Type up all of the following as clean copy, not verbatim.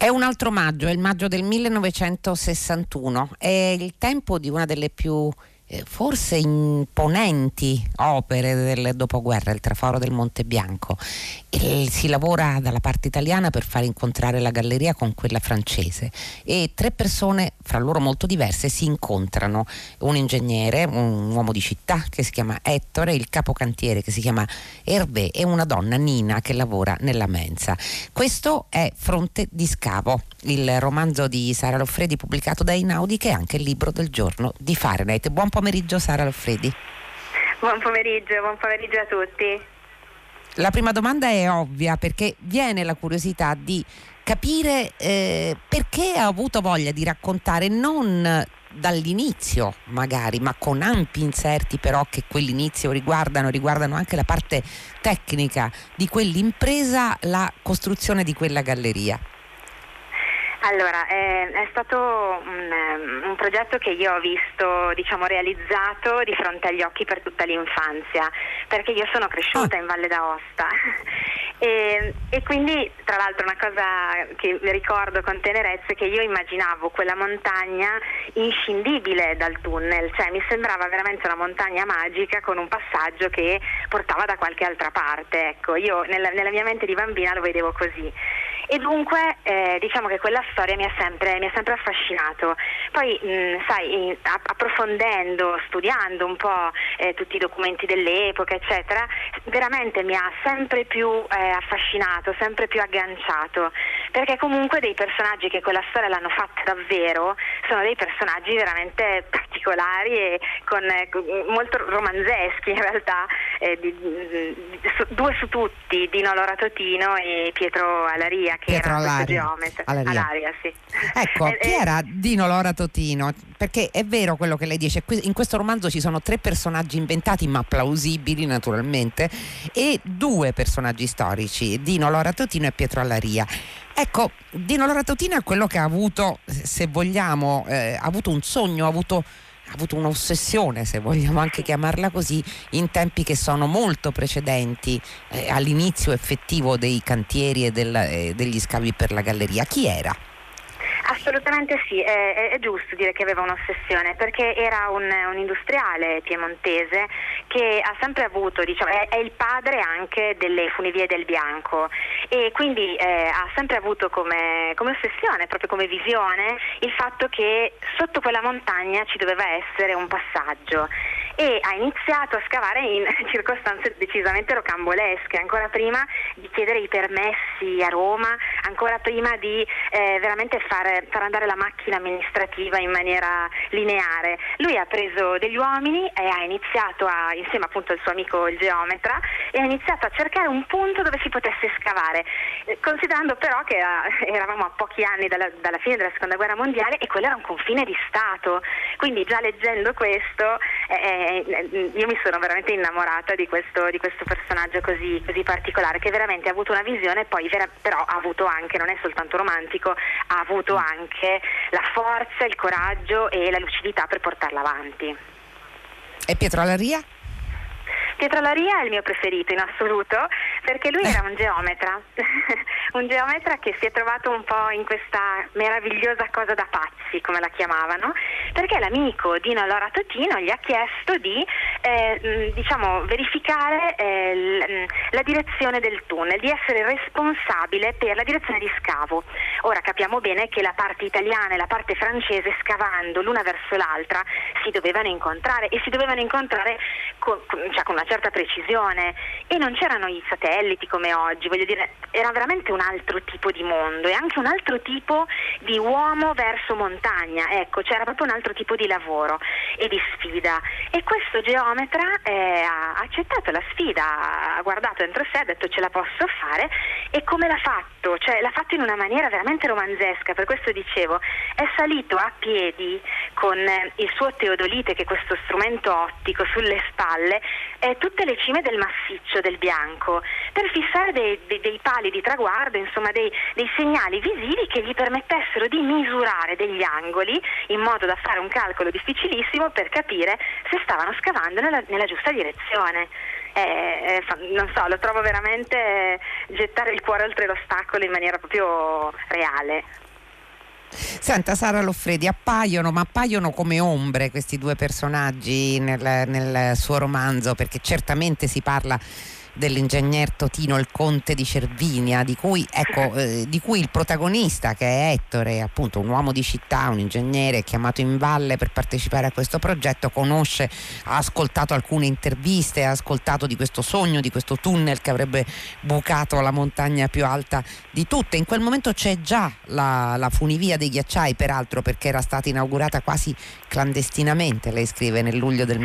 È un altro maggio, è il maggio del 1961, è il tempo di una delle più forse imponenti opere del dopoguerra, il Traforo del Monte Bianco. E si lavora dalla parte italiana per far incontrare la galleria con quella francese e tre persone fra loro molto diverse si incontrano: un ingegnere, un uomo di città che si chiama Ettore, il capocantiere che si chiama Hervé e una donna, Nina, che lavora nella mensa. Questo è Fronte di Scavo, il romanzo di Sara Loffredi pubblicato da Einaudi, che è anche il libro del giorno di Fahrenheit. Buon pomeriggio Sara Loffredi. Buon pomeriggio a tutti. La prima domanda è ovvia, perché viene la curiosità di capire perché ha avuto voglia di raccontare non dall'inizio magari, ma con ampi inserti però che quell'inizio riguardano anche la parte tecnica di quell'impresa, la costruzione di quella galleria. Allora, è stato un progetto che io ho visto, realizzato di fronte agli occhi per tutta l'infanzia, perché io sono cresciuta in Valle d'Aosta e quindi, tra l'altro, una cosa che ricordo con tenerezza è che io immaginavo quella montagna inscindibile dal tunnel, cioè mi sembrava veramente una montagna magica con un passaggio che portava da qualche altra parte. Ecco, io nella mia mente di bambina lo vedevo così. E dunque diciamo che quella storia mi ha sempre affascinato. Poi approfondendo, studiando un po' tutti i documenti dell'epoca eccetera, veramente mi ha sempre più affascinato, sempre più agganciato, perché comunque dei personaggi che quella storia l'hanno fatta davvero sono dei personaggi veramente particolari e molto romanzeschi in realtà, due su tutti, Dino Lora Totino e Pietro Alaria, che era questo geometra. Alaria, sì. Ecco, chi era Dino Lora Totino? Perché è vero quello che lei dice, in questo romanzo ci sono tre personaggi inventati ma plausibili naturalmente e due personaggi storici, Dino Lora Totino e Pietro Alaria. Ecco, Dino Lora Totino è quello che ha avuto, se vogliamo, ha avuto un sogno, ha avuto un'ossessione, se vogliamo anche chiamarla così, in tempi che sono molto precedenti all'inizio effettivo dei cantieri e degli scavi per la galleria. Chi era? Assolutamente sì, è giusto dire che aveva un'ossessione, perché era un industriale piemontese che ha sempre avuto, è il padre anche delle funivie del Bianco e quindi ha sempre avuto come ossessione, proprio come visione, il fatto che sotto quella montagna ci doveva essere un passaggio e ha iniziato a scavare in circostanze decisamente rocambolesche, ancora prima di chiedere i permessi a Roma, ancora prima di veramente far andare la macchina amministrativa in maniera lineare. Lui ha preso degli uomini e ha iniziato insieme appunto al suo amico il geometra, e ha iniziato a cercare un punto dove si potesse scavare, considerando però che eravamo a pochi anni dalla fine della seconda guerra mondiale e quello era un confine di Stato, quindi già leggendo questo io mi sono veramente innamorata di questo personaggio così particolare, che veramente ha avuto una visione, poi però ha avuto anche, non è soltanto romantico, ha avuto anche la forza, il coraggio e la lucidità per portarla avanti. E Pietro Alaria? Pietro Alaria è il mio preferito in assoluto, perché lui era un geometra un geometra che si è trovato un po' in questa meravigliosa cosa da pazzi, come la chiamavano, perché l'amico Dino Lora Totino gli ha chiesto di verificare la direzione del tunnel, di essere responsabile per la direzione di scavo. Ora capiamo bene che la parte italiana e la parte francese, scavando l'una verso l'altra, si dovevano incontrare con una certa precisione, e non c'erano i satelliti come oggi, voglio dire, era veramente un altro tipo di mondo e anche un altro tipo di uomo verso montagna, ecco, c'era proprio un altro tipo di lavoro e di sfida, e questo geometra ha accettato la sfida, ha guardato dentro sé, ha detto ce la posso fare. E come l'ha fatto? Cioè l'ha fatto in una maniera veramente romanzesca, per questo dicevo, è salito a piedi con il suo teodolite, che è questo strumento ottico, sulle spalle, tutte le cime del massiccio del Bianco, per fissare dei pali di traguardo, insomma dei segnali visivi che gli permettessero di misurare degli angoli in modo da fare un calcolo difficilissimo per capire se stavano scavando nella giusta direzione. non so, lo trovo veramente gettare il cuore oltre l'ostacolo in maniera proprio reale. Senta Sara Loffredi, ma appaiono come ombre questi due personaggi nel suo romanzo, perché certamente si parla dell'ingegner Totino, il conte di Cervinia, di cui il protagonista, che è Ettore, appunto un uomo di città, un ingegnere chiamato in valle per partecipare a questo progetto, conosce, ha ascoltato alcune interviste, ha ascoltato di questo sogno, di questo tunnel che avrebbe bucato la montagna più alta di tutte. In quel momento c'è già la funivia dei ghiacciai, peraltro, perché era stata inaugurata quasi clandestinamente, lei scrive, nel luglio del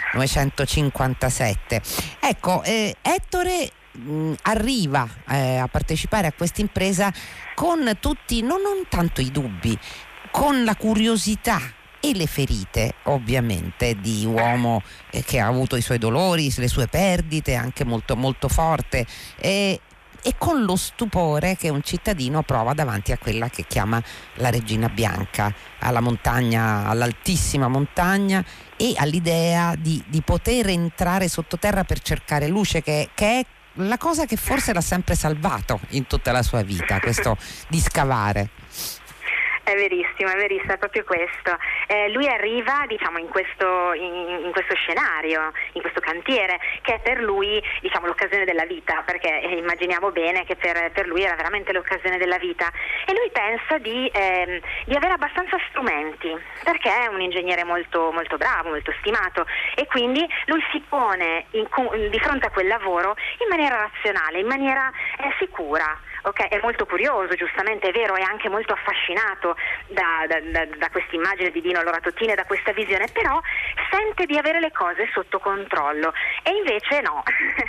1957. Ecco, Ettore arriva a partecipare a questa impresa con tutti, non tanto i dubbi, con la curiosità e le ferite, ovviamente, di uomo che ha avuto i suoi dolori, le sue perdite, anche molto molto forte, e con lo stupore che un cittadino prova davanti a quella che chiama la Regina Bianca, alla montagna, all'altissima montagna, e all'idea di poter entrare sottoterra per cercare luce, che è la cosa che forse l'ha sempre salvato in tutta la sua vita, questo di scavare. È verissimo, è proprio questo. Lui arriva, diciamo, in questo scenario, in questo cantiere, che è per lui, diciamo, l'occasione della vita, perché immaginiamo bene che per lui era veramente l'occasione della vita, e lui pensa di avere abbastanza strumenti, perché è un ingegnere molto, molto bravo, molto stimato, e quindi lui si pone di fronte a quel lavoro in maniera razionale, in maniera sicura. Okay, è molto curioso, giustamente, è vero, è anche molto affascinato da questa immagine di Dino Loratotino e da questa visione, però sente di avere le cose sotto controllo, e invece no,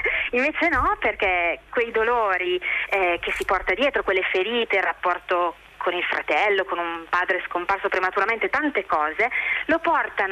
perché quei dolori che si porta dietro, quelle ferite, il rapporto con il fratello, con un padre scomparso prematuramente, tante cose lo portano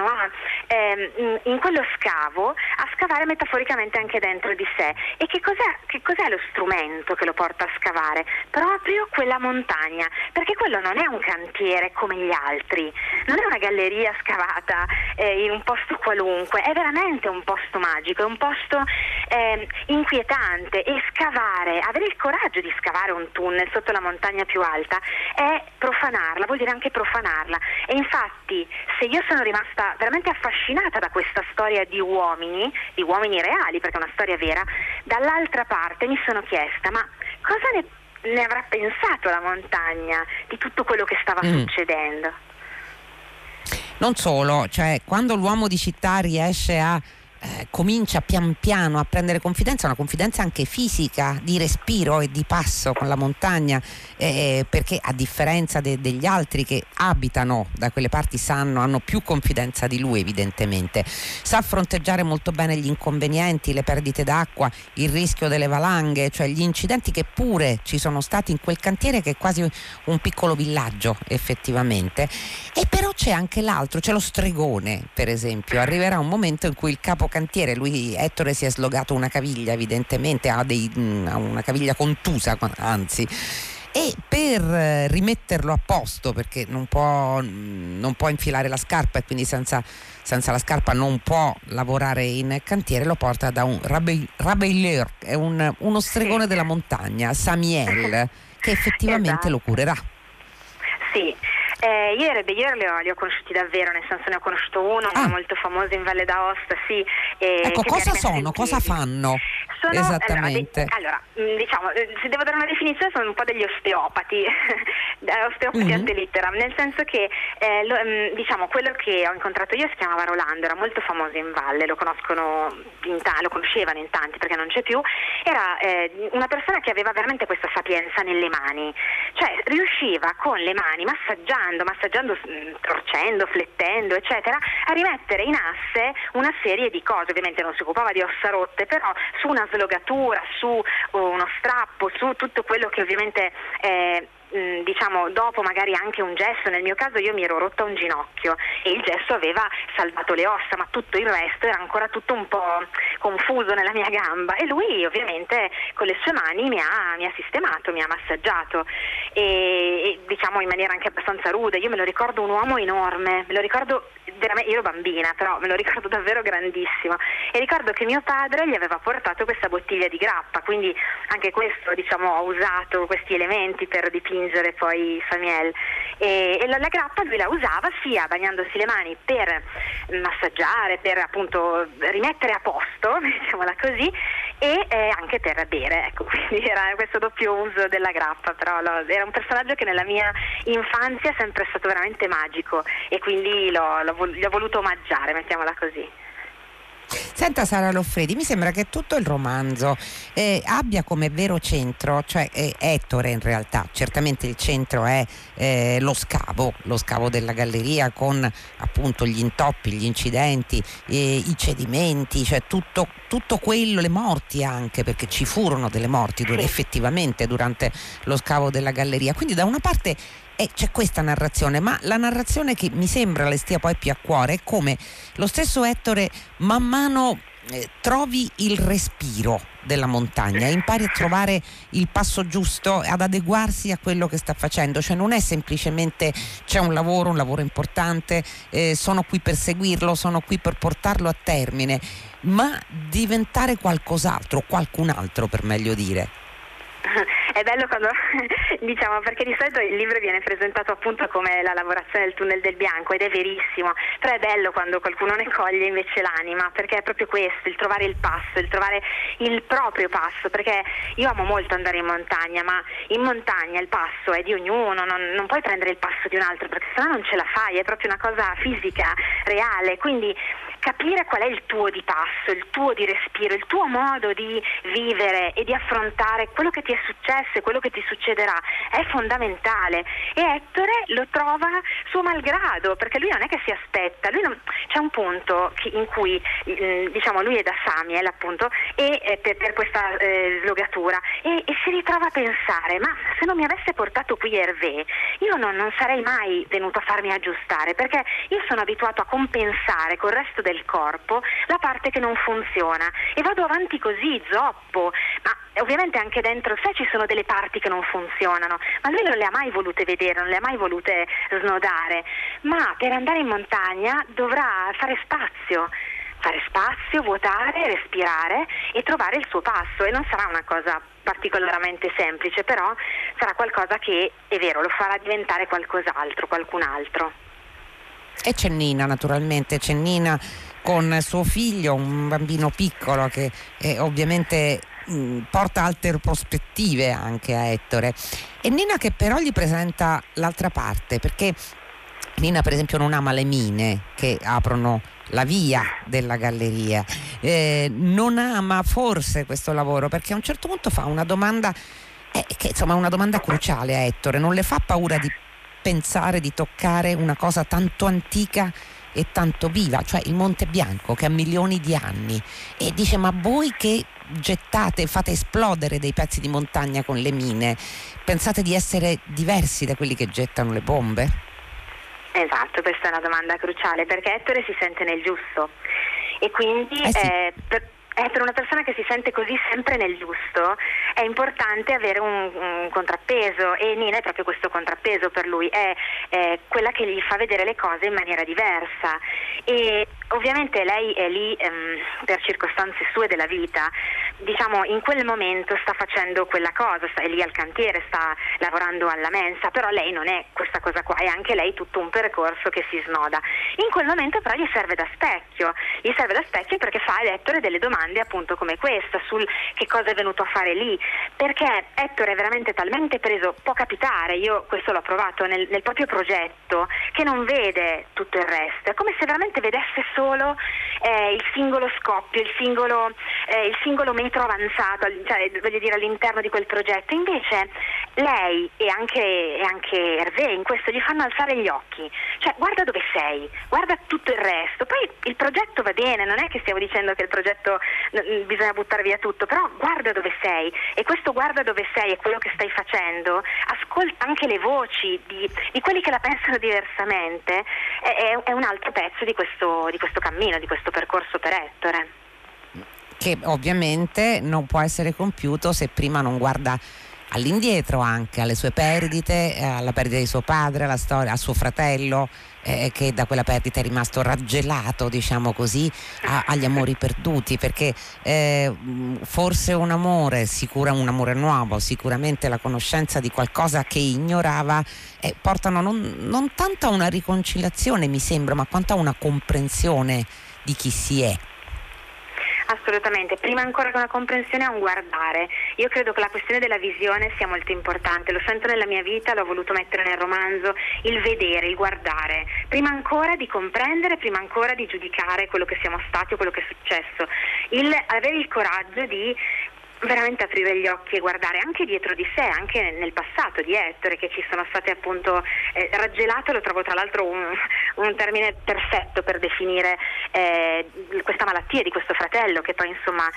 in quello scavo a scavare metaforicamente anche dentro di sé. E che cos'è lo strumento che lo porta a scavare? Proprio quella montagna, perché quello non è un cantiere come gli altri, non è una galleria scavata in un posto qualunque, è veramente un posto magico, è un posto inquietante, e scavare, avere il coraggio di scavare un tunnel sotto la montagna più alta è profanarla, vuol dire anche profanarla. E infatti, se io sono rimasta veramente affascinata da questa storia di uomini reali, perché è una storia vera, dall'altra parte mi sono chiesta: ma cosa ne avrà pensato la montagna di tutto quello che stava succedendo? Non solo, cioè, quando l'uomo di città riesce comincia pian piano a prendere confidenza, una confidenza anche fisica, di respiro e di passo con la montagna, perché a differenza degli altri che abitano da quelle parti hanno più confidenza di lui, evidentemente sa fronteggiare molto bene gli inconvenienti, le perdite d'acqua, il rischio delle valanghe, cioè gli incidenti che pure ci sono stati in quel cantiere, che è quasi un piccolo villaggio effettivamente. E però c'è anche l'altro, c'è lo stregone, per esempio. Arriverà un momento in cui il capo cantiere, Ettore si è slogato una caviglia, evidentemente ha una caviglia contusa, anzi, e per rimetterlo a posto, perché non può infilare la scarpa, e quindi senza la scarpa non può lavorare in cantiere, lo porta da un rabeilleur, è uno stregone della montagna, Samiel, che effettivamente lo curerà. Sì. Io i Rebellier li ho conosciuti davvero, nel senso, ne ho conosciuto uno molto famoso in Valle d'Aosta, sì. Ecco, cosa sono? Cosa fanno? Esattamente. Allora, diciamo, se devo dare una definizione, sono un po' degli osteopati, osteopati ante litteram, nel senso che diciamo, quello che ho incontrato io si chiamava Rolando, era molto famoso in valle, lo conoscevano in tanti perché non c'è più. Era una persona che aveva veramente questa sapienza nelle mani, cioè riusciva con le mani, massaggiando, torcendo, flettendo, eccetera, a rimettere in asse una serie di cose. Ovviamente non si occupava di ossa rotte, però su una slogatura, su uno strappo, su tutto quello che ovviamente diciamo, dopo magari anche un gesso. Nel mio caso io mi ero rotta un ginocchio e il gesso aveva salvato le ossa, ma tutto il resto era ancora tutto un po' confuso nella mia gamba, e lui ovviamente con le sue mani mi ha sistemato, mi ha massaggiato, e diciamo in maniera anche abbastanza rude. Io me lo ricordo un uomo enorme, me lo ricordo veramente, io ero bambina, però me lo ricordo davvero grandissimo, e ricordo che mio padre gli aveva portato questa bottiglia di grappa, quindi anche questo, diciamo, ho usato questi elementi per dipingere poi Famiel, e la grappa lui la usava sia bagnandosi le mani per massaggiare, per appunto rimettere a posto, diciamola così, e anche per bere, ecco, quindi era questo doppio uso della grappa, però era un personaggio che nella mia infanzia è sempre stato veramente magico, e quindi gli ho voluto omaggiare, mettiamola così. Senta Sara Loffredi, mi sembra che tutto il romanzo abbia come vero centro, cioè Ettore in realtà, certamente il centro è lo scavo della galleria, con appunto gli intoppi, gli incidenti, i cedimenti, cioè tutto quello, le morti anche, perché ci furono delle morti effettivamente durante lo scavo della galleria, quindi da una parte c'è questa narrazione, ma la narrazione che mi sembra le stia poi più a cuore è come lo stesso Ettore man mano trovi il respiro della montagna, impari a trovare il passo giusto, ad adeguarsi a quello che sta facendo, cioè non è semplicemente c'è un lavoro importante, sono qui per seguirlo, sono qui per portarlo a termine, ma diventare qualcos'altro, qualcun altro per meglio dire. È bello quando diciamo, perché di solito il libro viene presentato appunto come la lavorazione del tunnel del bianco, ed è verissimo, però è bello quando qualcuno ne coglie invece l'anima, perché è proprio questo, il trovare il passo, il trovare il proprio passo, perché io amo molto andare in montagna, ma in montagna il passo è di ognuno, non puoi prendere il passo di un altro, perché sennò non ce la fai, è proprio una cosa fisica, reale, quindi capire qual è il tuo di passo, il tuo di respiro, il tuo modo di vivere e di affrontare quello che ti è successo e quello che ti succederà è fondamentale, e Ettore lo trova suo malgrado, perché lui non è che si aspetta, c'è un punto in cui diciamo lui è da Samiel appunto, e per questa slogatura, e si ritrova a pensare: ma se non mi avesse portato qui Hervé, io non sarei mai venuto a farmi aggiustare, perché io sono abituato a compensare col resto del corpo la parte che non funziona, e vado avanti così, zoppo, ma ovviamente anche dentro sé ci sono delle parti che non funzionano, ma lui non le ha mai volute vedere, non le ha mai volute snodare, ma per andare in montagna dovrà fare spazio, vuotare, respirare e trovare il suo passo, e non sarà una cosa particolarmente semplice, però sarà qualcosa che, è vero, lo farà diventare qualcos'altro, qualcun altro. E c'è Nina, naturalmente, c'è Nina con suo figlio, un bambino piccolo che ovviamente porta altre prospettive anche a Ettore, e Nina che però gli presenta l'altra parte, perché Nina per esempio non ama le mine che aprono la via della galleria, non ama forse questo lavoro, perché a un certo punto fa una domanda che insomma è una domanda cruciale a Ettore: non le fa paura di pensare di toccare una cosa tanto antica e tanto viva, cioè il Monte Bianco, che ha milioni di anni, e dice: ma voi che gettate, fate esplodere dei pezzi di montagna con le mine, pensate di essere diversi da quelli che gettano le bombe? Esatto, questa è una domanda cruciale, perché Ettore si sente nel giusto, e quindi per una persona che si sente così sempre nel giusto è importante avere un contrappeso, e Nina è proprio questo contrappeso per lui, è quella che gli fa vedere le cose in maniera diversa, e ovviamente lei è lì per circostanze sue della vita, diciamo in quel momento sta facendo quella cosa, è lì al cantiere, sta lavorando alla mensa, però lei non è questa cosa qua, è anche lei tutto un percorso che si snoda. In quel momento però gli serve da specchio perché fa a Ettore delle domande appunto come questa, sul che cosa è venuto a fare lì, perché Ettore è veramente talmente preso, può capitare, io questo l'ho provato nel proprio progetto, che non vede tutto il resto, è come se veramente vedesse solo il singolo scoppio, il singolo metro avanzato, cioè voglio dire all'interno di quel progetto. Invece lei e anche Hervé in questo gli fanno alzare gli occhi, cioè guarda dove sei, guarda tutto il resto, poi il progetto va bene, non è che stiamo dicendo che il progetto bisogna buttare via tutto, però guarda dove sei, e questo guarda dove sei e quello che stai facendo, ascolta anche le voci di quelli che la pensano diversamente, è un altro pezzo di questo cammino, di questo percorso per Ettore, che ovviamente non può essere compiuto se prima non guarda all'indietro, anche alle sue perdite, alla perdita di suo padre, alla storia, a suo fratello, che da quella perdita è rimasto raggelato, diciamo così, agli amori perduti, perché forse un amore nuovo, sicuramente la conoscenza di qualcosa che ignorava, portano non tanto a una riconciliazione, mi sembra, ma quanto a una comprensione di chi si è. Assolutamente, prima ancora che una comprensione è un guardare. Io credo che la questione della visione sia molto importante, lo sento nella mia vita, l'ho voluto mettere nel romanzo, il vedere, il guardare, prima ancora di comprendere, prima ancora di giudicare quello che siamo stati o quello che è successo, il avere il coraggio di veramente aprire gli occhi e guardare anche dietro di sé, anche nel passato di Ettore, che ci sono state appunto raggelato, lo trovo tra l'altro un termine perfetto per definire questa malattia di questo fratello, che poi insomma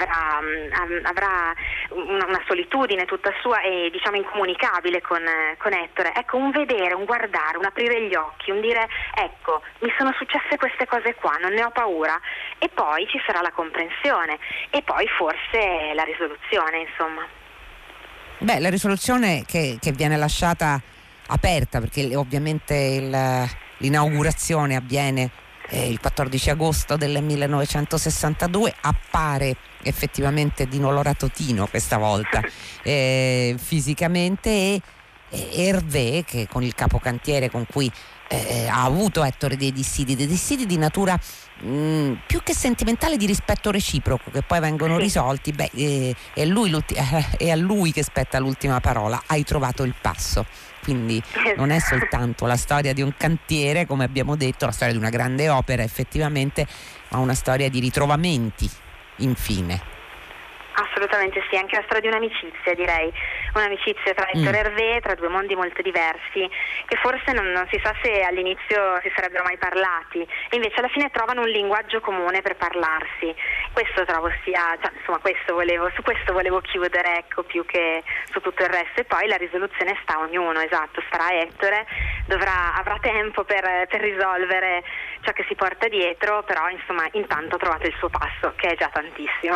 avrà una solitudine tutta sua e diciamo incomunicabile con Ettore. Ecco, un vedere, un guardare, un aprire gli occhi, un dire ecco, mi sono successe queste cose qua, non ne ho paura, e poi ci sarà la comprensione e poi forse la risoluzione, insomma. Beh, la risoluzione che viene lasciata aperta, perché ovviamente l'inaugurazione avviene il 14 agosto del 1962, appare effettivamente Dino Loratotino questa volta fisicamente, e Hervé, che con il capocantiere con cui ha avuto Ettore dei dissidi di natura più che sentimentale, di rispetto reciproco, che poi vengono risolti. È a lui che spetta l'ultima parola: hai trovato il passo. Quindi non è soltanto la storia di un cantiere, come abbiamo detto, la storia di una grande opera effettivamente, ma una storia di ritrovamenti, infine. Assolutamente sì, anche la storia di un'amicizia, direi, un'amicizia tra Ettore e Hervé, tra due mondi molto diversi, che forse non si sa se all'inizio si sarebbero mai parlati, e invece alla fine trovano un linguaggio comune per parlarsi. Questo trovo sia, insomma, su questo volevo chiudere, ecco, più che su tutto il resto. E poi la risoluzione sta a ognuno, esatto, starà Ettore, avrà tempo per risolvere ciò che si porta dietro, però insomma intanto ha trovato il suo passo, che è già tantissimo.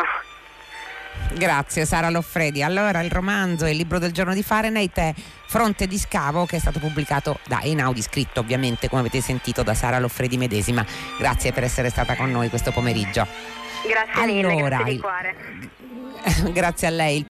Grazie Sara Loffredi. Allora, il romanzo e il libro del giorno di Fahrenheit è Fronte di scavo, che è stato pubblicato da Einaudi, scritto ovviamente, come avete sentito, da Sara Loffredi medesima. Grazie per essere stata con noi questo pomeriggio. Grazie mille, grazie di cuore. Grazie a lei.